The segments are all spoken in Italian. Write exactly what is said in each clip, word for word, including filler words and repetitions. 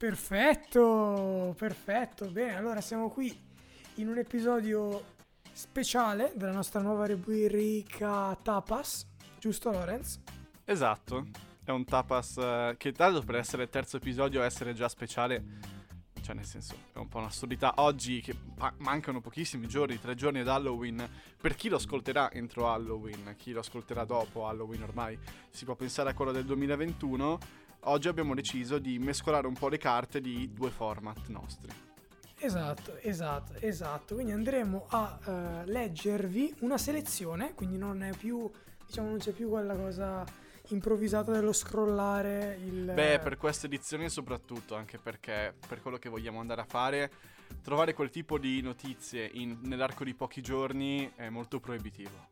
Perfetto, perfetto. Bene, allora siamo qui in un episodio speciale della nostra nuova rubrica Tapas, giusto Lorenz? Esatto, è un tapas eh, che tanto per essere il terzo episodio essere già speciale, cioè nel senso è un po' un'assurdità. Oggi che pa- mancano pochissimi giorni, tre giorni ad Halloween, per chi lo ascolterà entro Halloween, chi lo ascolterà dopo Halloween ormai si può pensare a quello del duemilaventuno. Oggi abbiamo deciso di mescolare un po' le carte di due format nostri. Esatto, esatto, esatto. Quindi andremo a uh, leggervi una selezione, quindi non è più, diciamo, non c'è più quella cosa improvvisata dello scrollare il... Beh, per questa edizione soprattutto, anche perché per quello che vogliamo andare a fare, trovare quel tipo di notizie in, nell'arco di pochi giorni è molto proibitivo.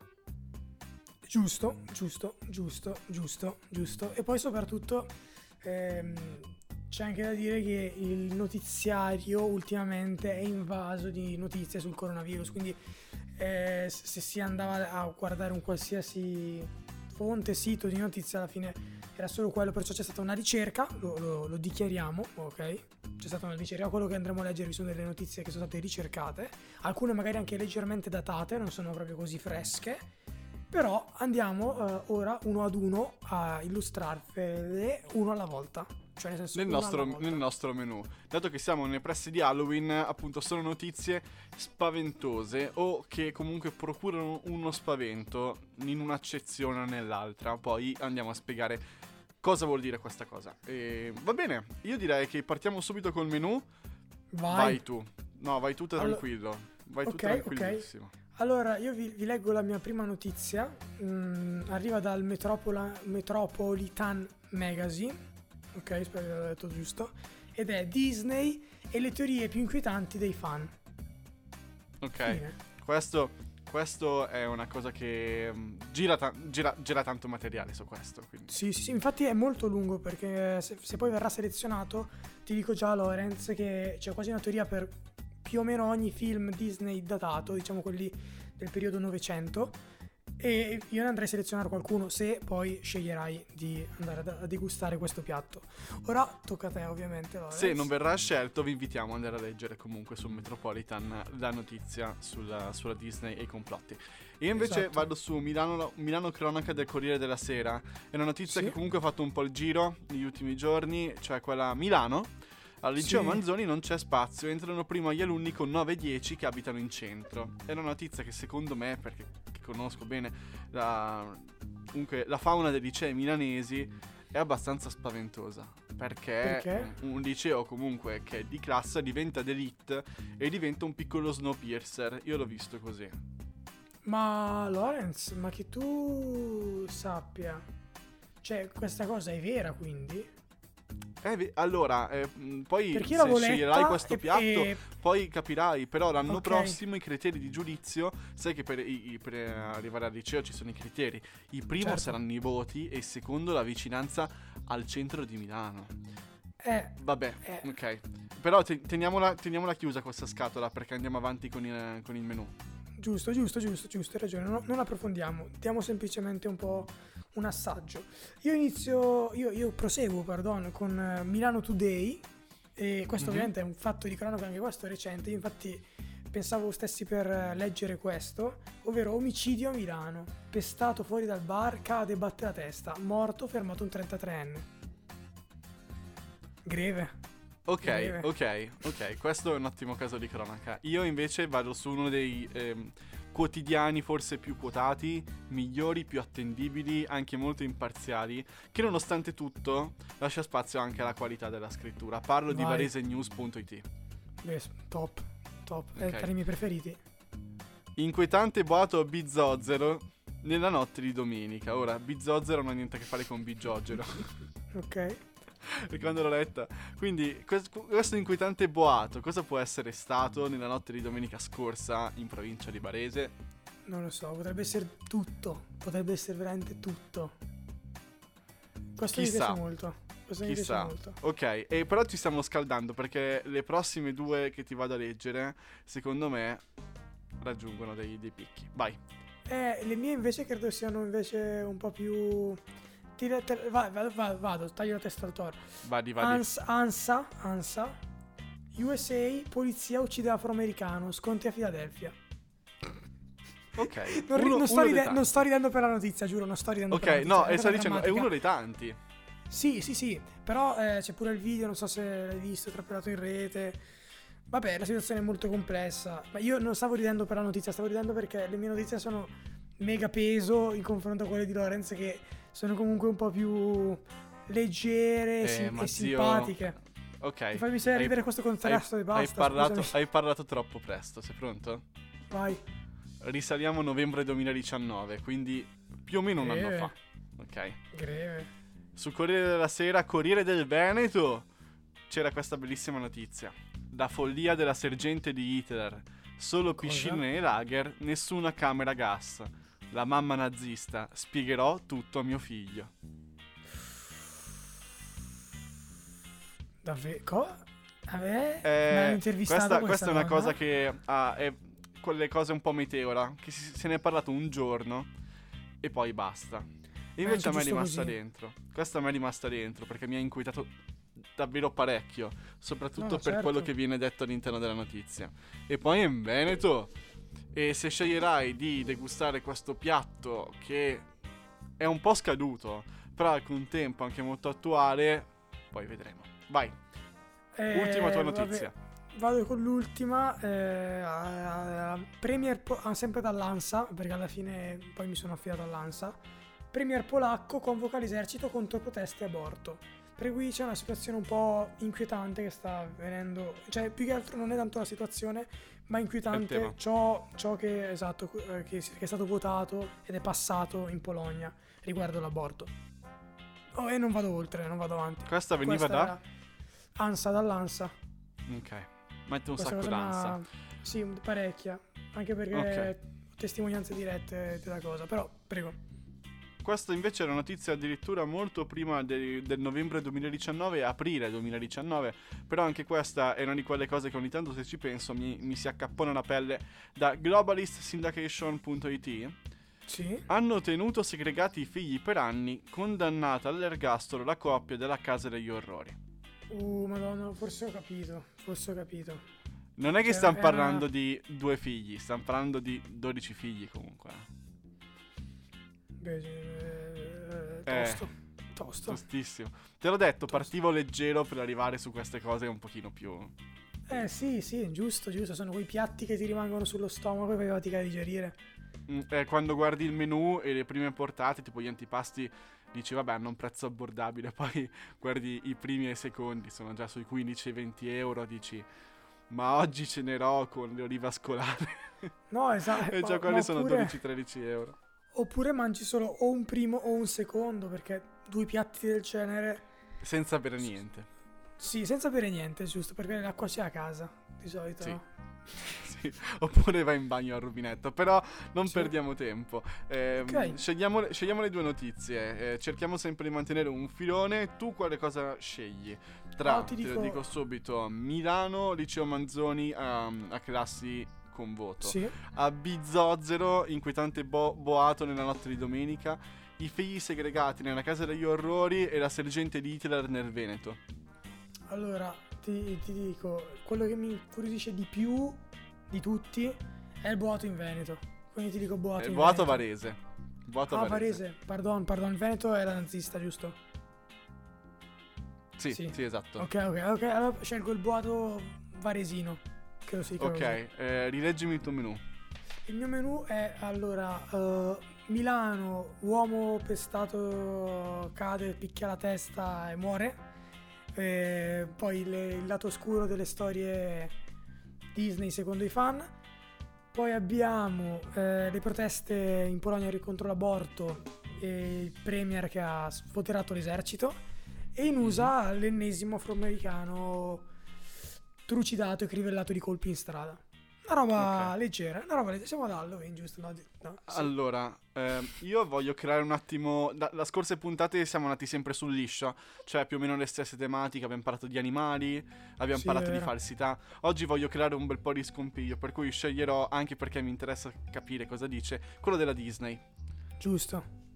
Giusto, giusto, giusto, giusto, giusto. E poi soprattutto ehm, c'è anche da dire che il notiziario ultimamente è invaso di notizie sul coronavirus, quindi eh, se si andava a guardare un qualsiasi fonte, sito di notizie, alla fine era solo quello, perciò c'è stata una ricerca, lo, lo, lo dichiariamo, ok? C'è stata una ricerca, quello che andremo a leggere sono delle notizie che sono state ricercate, alcune magari anche leggermente datate, non sono proprio così fresche. Però andiamo uh, ora uno ad uno a illustrarvele uno alla volta. Cioè nel senso nel uno nostro, alla volta. nel nostro menu. Dato che siamo nei pressi di Halloween, appunto sono notizie spaventose o che comunque procurano uno spavento in un'accezione o nell'altra. Poi andiamo a spiegare cosa vuol dire questa cosa. E, va bene, io direi che partiamo subito col menu. Vai. Vai tu. No, vai tu tranquillo. Allora, vai tu okay, tranquillissimo. Okay. Allora, io vi, vi leggo la mia prima notizia. Mm, arriva dal Metropola, Metropolitan Magazine. Ok, spero di aver detto giusto. Ed è Disney e le teorie più inquietanti dei fan. Ok, Fine. questo, questo è una cosa che um, gira, ta- gira, gira tanto materiale su questo. Quindi. Sì, sì, sì, infatti è molto lungo perché se, se poi verrà selezionato, ti dico già Lorenz che c'è quasi una teoria per più o meno ogni film Disney datato, diciamo quelli del periodo Novecento, e io ne andrei a selezionare qualcuno se poi sceglierai di andare a degustare questo piatto. Ora tocca a te ovviamente, Lorenz. Se non verrà scelto vi invitiamo ad andare a leggere comunque sul Metropolitan la notizia sulla, sulla Disney e i complotti. Io invece Esatto. vado su Milano, Milano Cronaca del Corriere della Sera. È una notizia Sì. che comunque ha fatto un po' il giro negli ultimi giorni, cioè quella Milano. Al liceo Sì. Manzoni non c'è spazio, entrano prima gli alunni con nove e dieci che abitano in centro. È una notizia che secondo me, perché conosco bene la, comunque, la fauna dei licei milanesi, è abbastanza spaventosa. Perché, Perché? un liceo comunque che è di classe diventa d'elite e diventa un piccolo Snowpiercer. Io l'ho visto così. Ma Lorenz, ma che tu sappia, cioè questa cosa è vera quindi? Eh, allora, eh, poi Perché se l'avevo sceglierai letta questo e- piatto, e- poi capirai. Però l'anno Ok. prossimo i criteri di giudizio, sai che per, i- i- per arrivare al liceo ci sono i criteri. Il primo Certo. saranno i voti e il secondo la vicinanza al centro di Milano. Eh, Vabbè, eh. ok. Però te- teniamola, teniamola chiusa questa scatola perché andiamo avanti con il, con il menù. Giusto, giusto, giusto, giusto, hai ragione, non, non approfondiamo, diamo semplicemente un po' un assaggio. Io inizio, io, io proseguo, pardon, con eh, Milano Today, e questo Mhm. ovviamente è un fatto di cronaca, anche questo è recente, io infatti pensavo stessi per eh, leggere questo, ovvero omicidio a Milano, pestato fuori dal bar, cade e batte la testa, morto, fermato un trentatreenne. Greve. Ok, Breve. ok, ok, questo è un ottimo caso di cronaca. Io invece vado su uno dei ehm, quotidiani forse più quotati, migliori, più attendibili, anche molto imparziali, che nonostante tutto lascia spazio anche alla qualità della scrittura. Parlo di Vai. varesenews punto it. Beh, top, top, è Ok. tra i miei preferiti. Inquietante boato a Bizzozero nella notte di domenica. Ora, Bizzozero non ha niente a che fare con Bigiogero. Ok. Perché quando l'ho letta. Quindi questo, questo inquietante boato cosa può essere stato nella notte di domenica scorsa in provincia di Varese? Non lo so, potrebbe essere tutto, potrebbe essere veramente tutto. Questo Chissà. mi piace molto. Questo mi piace Chissà. molto. Ok, e però ci stiamo scaldando perché le prossime due che ti vado a leggere, secondo me, raggiungono dei, dei picchi. Vai. Eh, le mie invece credo siano invece un po' più ti, te, va, vado, vado, vado, taglio la testa al toro. Vadi, vadi. Ans, ANSA, ANSA, U S A, polizia uccide afroamericano, sconti a Filadelfia. Ok. Non, uno, non, sto uno ride- non sto ridendo per la notizia, giuro, non sto ridendo Ok, per la notizia. no, è e stai una dicendo, è drammatica. uno dei tanti. Sì, sì, sì, però eh, c'è pure il video, non so se l'hai visto, trapelato in rete. Vabbè, la situazione è molto complessa. Ma io non stavo ridendo per la notizia, stavo ridendo perché le mie notizie sono mega peso in confronto a quelle di Lorenz, che sono comunque un po' più leggere Eh, sim- ma e zio- simpatiche. Ok. Mi fai mi sai Hai- ridere questo contrasto hai, e basta. hai parlato, scusami. hai parlato troppo presto, sei pronto? Vai. Risaliamo a novembre duemiladiciannove, quindi più o meno un anno Greve. fa. Ok. Greve. Su Corriere della Sera, Corriere del Veneto, c'era questa bellissima notizia. La follia della sergente di Hitler. Solo Cosa? piscine nei lager, nessuna camera gas. La mamma nazista. Spiegherò tutto a mio figlio. Davvero? Co- Vabbè, Eh, me l'hanno intervistata questa, questa, questa è una donna? cosa che ha è quelle cose un po' meteora, che si- se ne è parlato un giorno e poi basta. E invece a me è giusto rimasta così. dentro. Questa a me è rimasta dentro perché mi ha inquietato davvero parecchio, soprattutto No, per certo. quello che viene detto all'interno della notizia. E poi è in Veneto. E se sceglierai di degustare questo piatto che è un po' scaduto, però al contempo anche molto attuale, poi vedremo. Vai, Eh, ultima tua vabbè, notizia. vado con l'ultima. Eh, a- a- Premier, po- ah, sempre dall'ANSA, perché alla fine poi mi sono affidato all'ANSA. Premier polacco convoca l'esercito contro proteste aborto. Per cui c'è una situazione un po' inquietante che sta avvenendo. Cioè, più che altro non è tanto la situazione, ma È il inquietante tema. ciò, ciò che, esatto, eh, che, si- che è stato votato ed è passato in Polonia riguardo l'aborto. Oh, e non vado oltre, non vado avanti. Questa veniva Questa da? era ANSA, dall'ANSA. Ok, mette un Questa sacco cosa d'ansia. m'ha- Sì, un- parecchia. Anche perché Ok. testimonianze dirette della cosa. Però, prego. Questa invece è una notizia addirittura molto prima de- del novembre duemiladiciannove, aprile duemiladiciannove, però anche questa è una di quelle cose che ogni tanto se ci penso mi, mi si accappona la pelle. Da globalist syndication punto it. Sì. Hanno tenuto segregati i figli per anni, condannata all'ergastolo la coppia della Casa degli Orrori. Uh, madonna, forse ho capito. Forse ho capito. Non è che Cioè, stiamo era- parlando di due figli, stiamo parlando di dodici figli comunque. Beh, eh, Eh. tosto. Tosto. Tostissimo. Te l'ho detto, partivo leggero per arrivare su queste cose un pochino più... Eh sì, sì, giusto, giusto. Sono quei piatti che ti rimangono sullo stomaco e fai fatica a digerire. Mm, eh, quando guardi il menù e le prime portate, tipo gli antipasti, dici vabbè hanno un prezzo abbordabile, poi guardi i primi e i secondi, sono già sui quindici venti euro, dici ma oggi cenerò con le olive ascolane. No, esatto. E già ma- quelli ma sono oppure- dodici tredici euro. Oppure mangi solo o un primo o un secondo, perché due piatti del genere... Senza bere niente. Sì, senza bere niente, giusto, perché l'acqua c'è a casa, di solito. Sì. no? Sì, oppure vai in bagno al rubinetto. Però non Sì. perdiamo tempo. Ehm, Ok. scegliamo, le- scegliamo le due notizie. Eh, cerchiamo sempre di mantenere un filone. Tu quale cosa scegli? Tra, Oh, ti te lo dico- dico subito, Milano, Liceo Manzoni a, a classi con voto. Sì. A Bizzozero, inquietante bo- boato nella notte di domenica. I figli segregati nella casa degli orrori e la sergente di Hitler nel Veneto. Allora, ti, ti dico, quello che mi incuriosisce di più di tutti è il boato in Veneto. Quindi ti dico boato Eh, in boato Veneto. Varese. Boato Ah, Varese. Varese, pardon, pardon, il Veneto era nazista, giusto? Sì, sì, Sì. esatto. Ok, ok, ok, allora scelgo il boato varesino, credo si dica Ok, così. eh, rileggimi il tuo menù. Il mio menù è allora eh, Milano, uomo pestato cade, picchia la testa e muore. Eh, poi le- il lato oscuro delle storie Disney secondo i fan. Poi abbiamo eh, le proteste in Polonia contro l'aborto e il premier che ha sfoterato l'esercito. E in U S A l'ennesimo afroamericano trucidato e crivellato di colpi in strada. Una roba Ok. leggera, una roba leggera. Siamo ad Halloween, giusto? No, di- no, sì. Allora, ehm, io voglio creare un attimo. Da, la scorse puntate siamo andati sempre sul liscio, cioè più o meno le stesse tematiche. Abbiamo parlato di animali, abbiamo Sì, parlato è di vero. falsità. Oggi voglio creare un bel po' di scompiglio, per cui sceglierò, anche perché mi interessa capire cosa dice, quello della Disney. Giusto.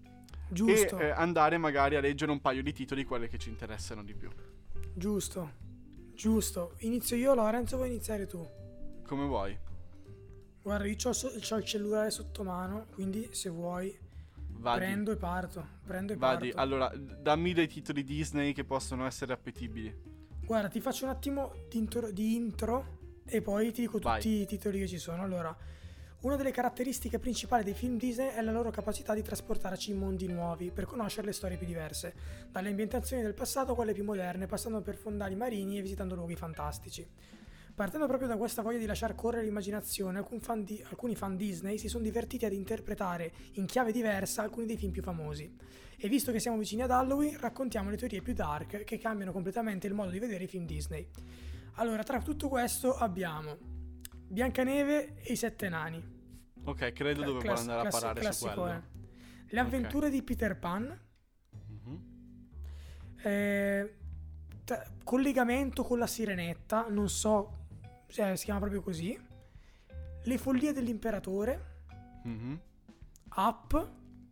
Giusto. E eh, andare magari a leggere un paio di titoli, quelli che ci interessano di più. Giusto. Giusto. Inizio io, Lorenzo, vuoi iniziare tu? Come vuoi. Guarda, io c'ho, so- c'ho il cellulare sotto mano, quindi se vuoi Vadi. prendo e parto. Prendo e Vadi. parto. Allora, dammi dei titoli Disney che possono essere appetibili. Guarda, ti faccio un attimo di intro, di intro e poi ti dico Vai. tutti i titoli che ci sono. Allora, una delle caratteristiche principali dei film Disney è la loro capacità di trasportarci in mondi nuovi per conoscere le storie più diverse, dalle ambientazioni del passato a quelle più moderne, passando per fondali marini e visitando luoghi fantastici. Partendo proprio da questa voglia di lasciar correre l'immaginazione, alcun fan di- alcuni fan Disney si sono divertiti ad interpretare in chiave diversa alcuni dei film più famosi. E visto che siamo vicini ad Halloween, raccontiamo le teorie più dark che cambiano completamente il modo di vedere i film Disney. Allora, tra tutto questo abbiamo Biancaneve e i Sette Nani. Ok, credo dove Class- vuole andare a classi- parare su quello. classicone. Le avventure di Peter Pan. Mhm. Eh, t- collegamento con la Sirenetta, non so se si chiama proprio così. Le follie dell'imperatore. Mhm. Up.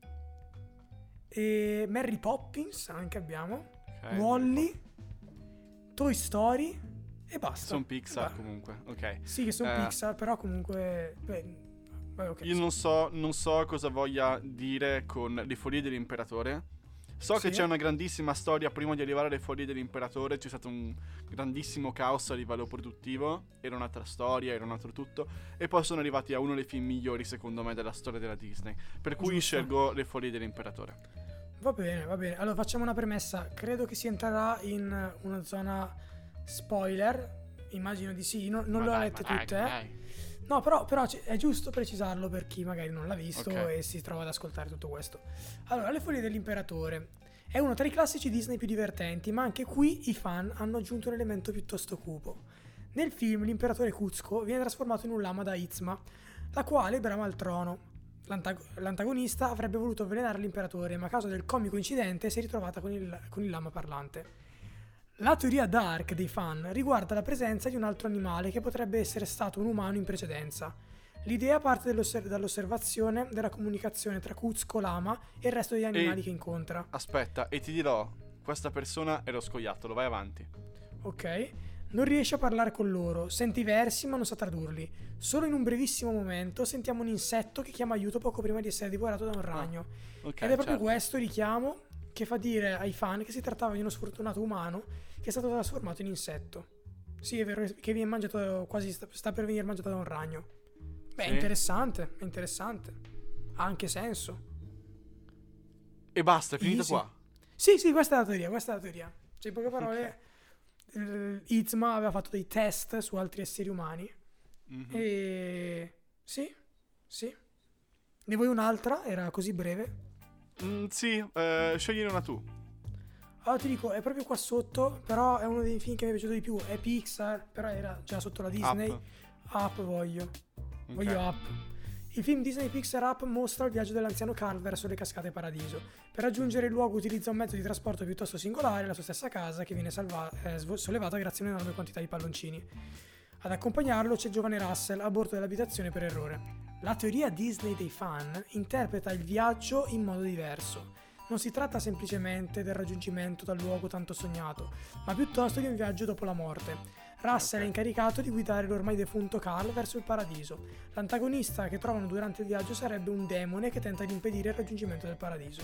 E Mary Poppins anche abbiamo. Ok. Wall-E. Toy Story. E basta. Sono Pixar Beh, comunque, ok. Sì, che sono Eh, Pixar, però comunque... Beh, beh, ok, Io sì. non so, non so cosa voglia dire con le follie dell'imperatore. So che Sì. c'è una grandissima storia prima di arrivare alle follie dell'imperatore. C'è stato un grandissimo caos a livello produttivo. Era un'altra storia, era un altro tutto. E poi sono arrivati a uno dei film migliori, secondo me, della storia della Disney. Per cui Giusto. scelgo le follie dell'imperatore. Va bene, va bene. Allora facciamo una premessa. Credo che si entrerà in una zona spoiler. Immagino di sì. No- non Ma le ho dai, lette ma dai, tutte, ma eh. dai. No, però, però c- è giusto precisarlo per chi magari non l'ha visto Ok. e si trova ad ascoltare tutto questo. Allora, Le follie dell'imperatore è uno tra i classici Disney più divertenti, ma anche qui i fan hanno aggiunto un elemento piuttosto cupo. Nel film l'imperatore Kuzco viene trasformato in un lama da Izma, la quale brama al trono. L'antag- l'antagonista avrebbe voluto avvelenare l'imperatore, ma a causa del comico incidente si è ritrovata con il, con il lama parlante. La teoria dark dei fan riguarda la presenza di un altro animale che potrebbe essere stato un umano in precedenza. L'idea parte dall'osser- dall'osservazione della comunicazione tra Kuzco, lama e il resto degli animali E- che incontra. Aspetta, e ti dirò, questa persona è lo scoiattolo, vai avanti. Ok? Non riesce a parlare con loro, sente i versi ma non sa tradurli. Solo in un brevissimo momento sentiamo un insetto che chiama aiuto poco prima di essere divorato da un ragno. Ok, Ed è proprio certo. questo richiamo che fa dire ai fan che si trattava di uno sfortunato umano che è stato trasformato in insetto. Sì, è vero che viene mangiato, quasi sta, sta per venire mangiato da un ragno. Beh, Sì. è interessante, è interessante. Ha anche senso. E basta, è finita Easy. qua. Sì, sì, questa è la teoria, questa è la teoria. Cioè, in poche parole, eh, Izma aveva fatto dei test su altri esseri umani. Mhm. E... Sì, sì. Ne vuoi un'altra? Era così breve. Mm, sì, eh, scegliene una tu. Allora ti dico, è proprio qua sotto, però è uno dei film che mi è piaciuto di più. È Pixar, però era già sotto la Disney. Up. Up voglio. Ok. Voglio Up. Il film Disney Pixar Up mostra il viaggio dell'anziano Carl verso le cascate Paradiso. Per raggiungere il luogo utilizza un mezzo di trasporto piuttosto singolare, la sua stessa casa, che viene salva- eh, svo- sollevata grazie a un'enorme quantità di palloncini. Ad accompagnarlo c'è il giovane Russell a bordo dell'abitazione per errore. La teoria Disney dei fan interpreta il viaggio in modo diverso. Non si tratta semplicemente del raggiungimento dal luogo tanto sognato, ma piuttosto di un viaggio dopo la morte. Russell è incaricato di guidare l'ormai defunto Carl verso il paradiso. L'antagonista che trovano durante il viaggio sarebbe un demone che tenta di impedire il raggiungimento del paradiso.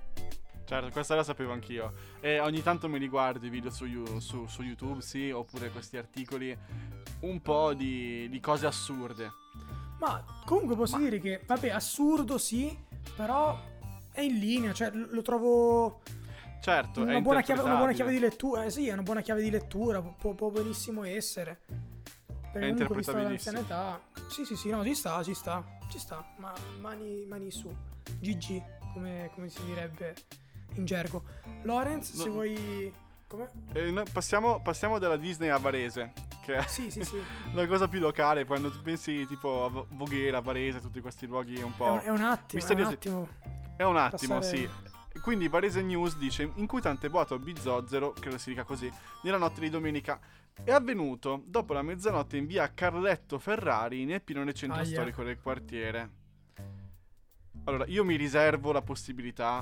Certo, questa la sapevo anch'io. E ogni tanto me li guardo i video su, You- su- su YouTube, sì, oppure questi articoli. Un po' di, di cose assurde. Ma comunque posso Ma- dire che, vabbè, assurdo sì, però è in linea, cioè l- lo trovo Certo, è una buona, chiave, una buona chiave interpretabile. di lettura. Eh sì, è una buona chiave di lettura, può, può benissimo essere. Perché comunque visto interpretabilissimo. l'anzianità, sì sì sì, no, ci sta, ci sta, ci sta, ma mani, mani su, G G, come, come si direbbe in gergo. Lorenz, se No. vuoi... Come? Eh, no, passiamo, passiamo dalla Disney a Varese, che è Sì, sì, sì. una cosa più locale. Quando tu pensi tipo a Vo- Voghera, Varese, tutti questi luoghi un È po'... un, è un attimo, è un misteriosi. attimo. È un attimo, passare- sì. Quindi Varese News dice: inquietante boato a Bizzozero, credo si dica così, nella notte di domenica. È avvenuto dopo la mezzanotte in via Carletto Ferrari, nel pieno centro Aia. storico del quartiere. Allora, io mi riservo la possibilità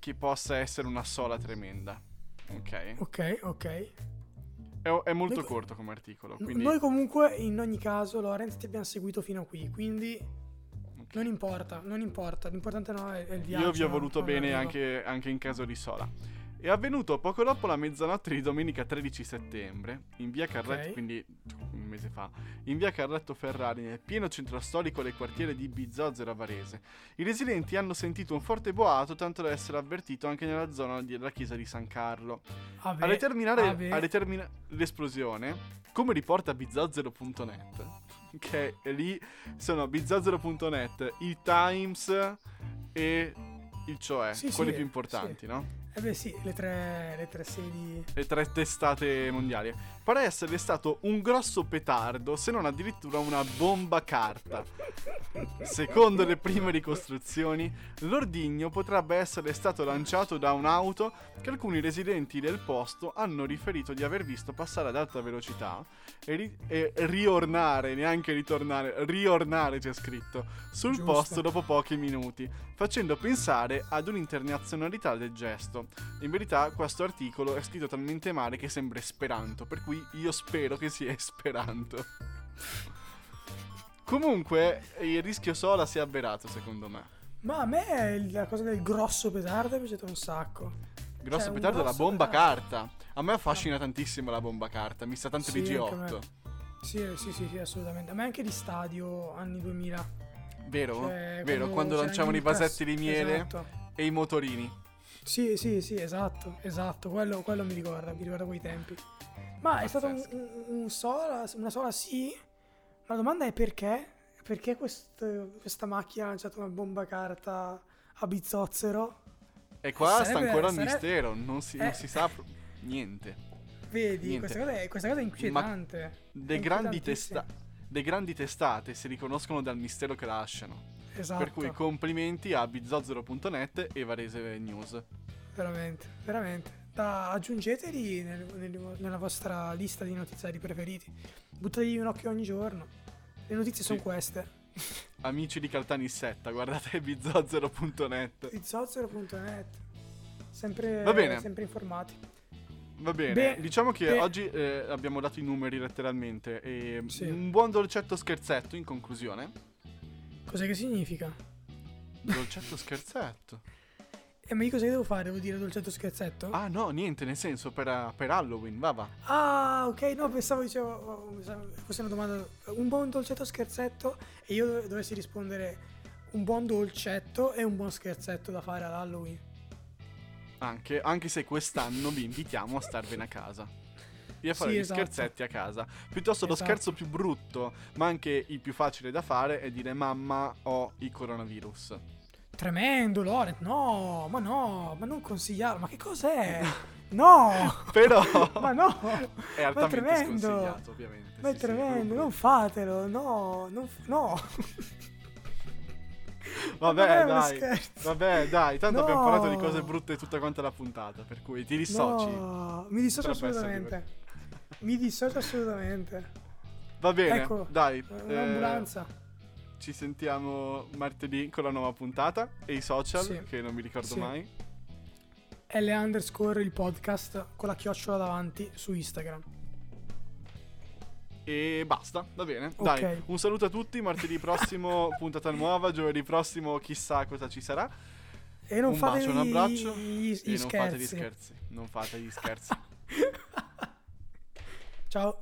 che possa essere una sola tremenda. Ok? Ok, ok. È, è molto Noi, corto come articolo. Quindi... Noi comunque, in ogni caso, Lorenz, ti abbiamo seguito fino a qui, quindi okay. non importa, non importa. L'importante no è, è il viaggio. Io vi ho voluto no, bene anche, anche in caso di Sola. È avvenuto poco dopo la mezzanotte di domenica tredici settembre, in via Carretto, okay. quindi un mese fa, in via Carretto Ferrari, nel pieno centro storico del quartiere di Bizzozero a Varese. I residenti hanno sentito un forte boato, tanto da essere avvertito anche nella zona della chiesa di San Carlo. Vabbè, a determinare, vabbè. a determina- l'esplosione, come riporta bizzozero punto net, che lì sono bizzozero punto net, il Times e il Cioè, sì, quelli sì, più importanti, sì. no? Eh beh sì, le tre, le tre sedi... Le tre testate mondiali. Pare essere stato un grosso petardo, se non addirittura una bomba carta. Secondo le prime ricostruzioni, l'ordigno potrebbe essere stato lanciato da un'auto che alcuni residenti del posto hanno riferito di aver visto passare ad alta velocità e, ri- e riornare, neanche ritornare, riornare c'è scritto, sul Giusto. posto dopo pochi minuti, facendo pensare ad un'internazionalità del gesto. In verità questo articolo è scritto talmente male che sembra esperanto, per cui io spero che sia esperanto. Comunque il rischio Sola si è avverato, secondo me. Ma a me la cosa del grosso petardo è piaciuta un sacco. Grosso cioè, petardo è la grosso bomba petardo. carta. A me affascina tantissimo la bomba carta, mi sa tanto Sì, di G anche a otto. me. Sì, sì, sì, sì, assolutamente. A me anche di stadio anni duemila. Vero? Cioè, Vero, quando quando c'erano lanciavano i i vasetti tras- di miele esatto. e i motorini. Sì, sì, sì, esatto, esatto, quello, quello mi ricorda, mi ricorda quei tempi. Ma è stato un, un, un sola, una sola sì, ma la domanda è perché? Perché quest- questa macchina ha lanciato una bomba carta a Bizzozero? E qua sta Sarebbe- ancora il sarebbe- mistero, non si, non eh. si sa pro- niente. Vedi, Niente. questa cosa è, questa cosa è inquietante. Le È grandi, inquietantissima. testa- le grandi testate si riconoscono dal mistero che lasciano. Esatto, Per cui complimenti a bizzozero punto net e Varese News. veramente, veramente. Da, aggiungeteli nel- nel- nella vostra lista di notiziari preferiti. Buttategli un occhio ogni giorno. Le notizie sono Sì. queste. Amici di Caltanissetta, guardate bizzozero punto net. Bizzozero punto net. Sempre, Va bene. sempre informati. Va bene, Beh, diciamo che beh. oggi eh, abbiamo dato i numeri letteralmente e Sì. un buon dolcetto scherzetto in conclusione. Cos'è che significa? Dolcetto scherzetto. E ma io cosa devo fare? Devo dire dolcetto scherzetto? Ah no, niente, nel senso per, per Halloween, va va. Ah, ok, no, pensavo dicevo oh, pensavo fosse una domanda. Un buon dolcetto scherzetto e io dov- dovessi rispondere un buon dolcetto e un buon scherzetto da fare ad Halloween. Anche, anche se quest'anno vi invitiamo a starvene a casa. E a fare Sì, gli esatto. scherzetti a casa. Piuttosto lo Esatto. scherzo più brutto, ma anche il più facile da fare, è dire mamma ho il coronavirus. Tremendo, Lorenz. No, ma no, ma non consigliarlo. Ma che cos'è? No! Però Ma no! è Ma altamente tremendo! sconsigliato, ovviamente. Ma è Sì, sì, tremendo, proprio. non fatelo, no, non f- no. Ma non Vabbè, è uno dai. scherzo. Vabbè, dai. Tanto No. abbiamo parlato di cose brutte tutta quanta la puntata. Per cui ti dissoci. No, mi dissocio Potrebbe essere assolutamente. Mi dissocio assolutamente. Va bene, Ecco, dai. eh, un'ambulanza. ci sentiamo martedì con la nuova puntata. E i social, Sì. che non mi ricordo Sì. mai. L underscore il podcast con la chiocciola davanti su Instagram. E basta, va bene. Ok. Dai, un saluto a tutti. Martedì prossimo puntata nuova. Giovedì prossimo chissà cosa ci sarà. E non un fate bacio, un gli- abbraccio. gli, E gli non fate gli scherzi. scherzi. Non fate gli scherzi. Ciao.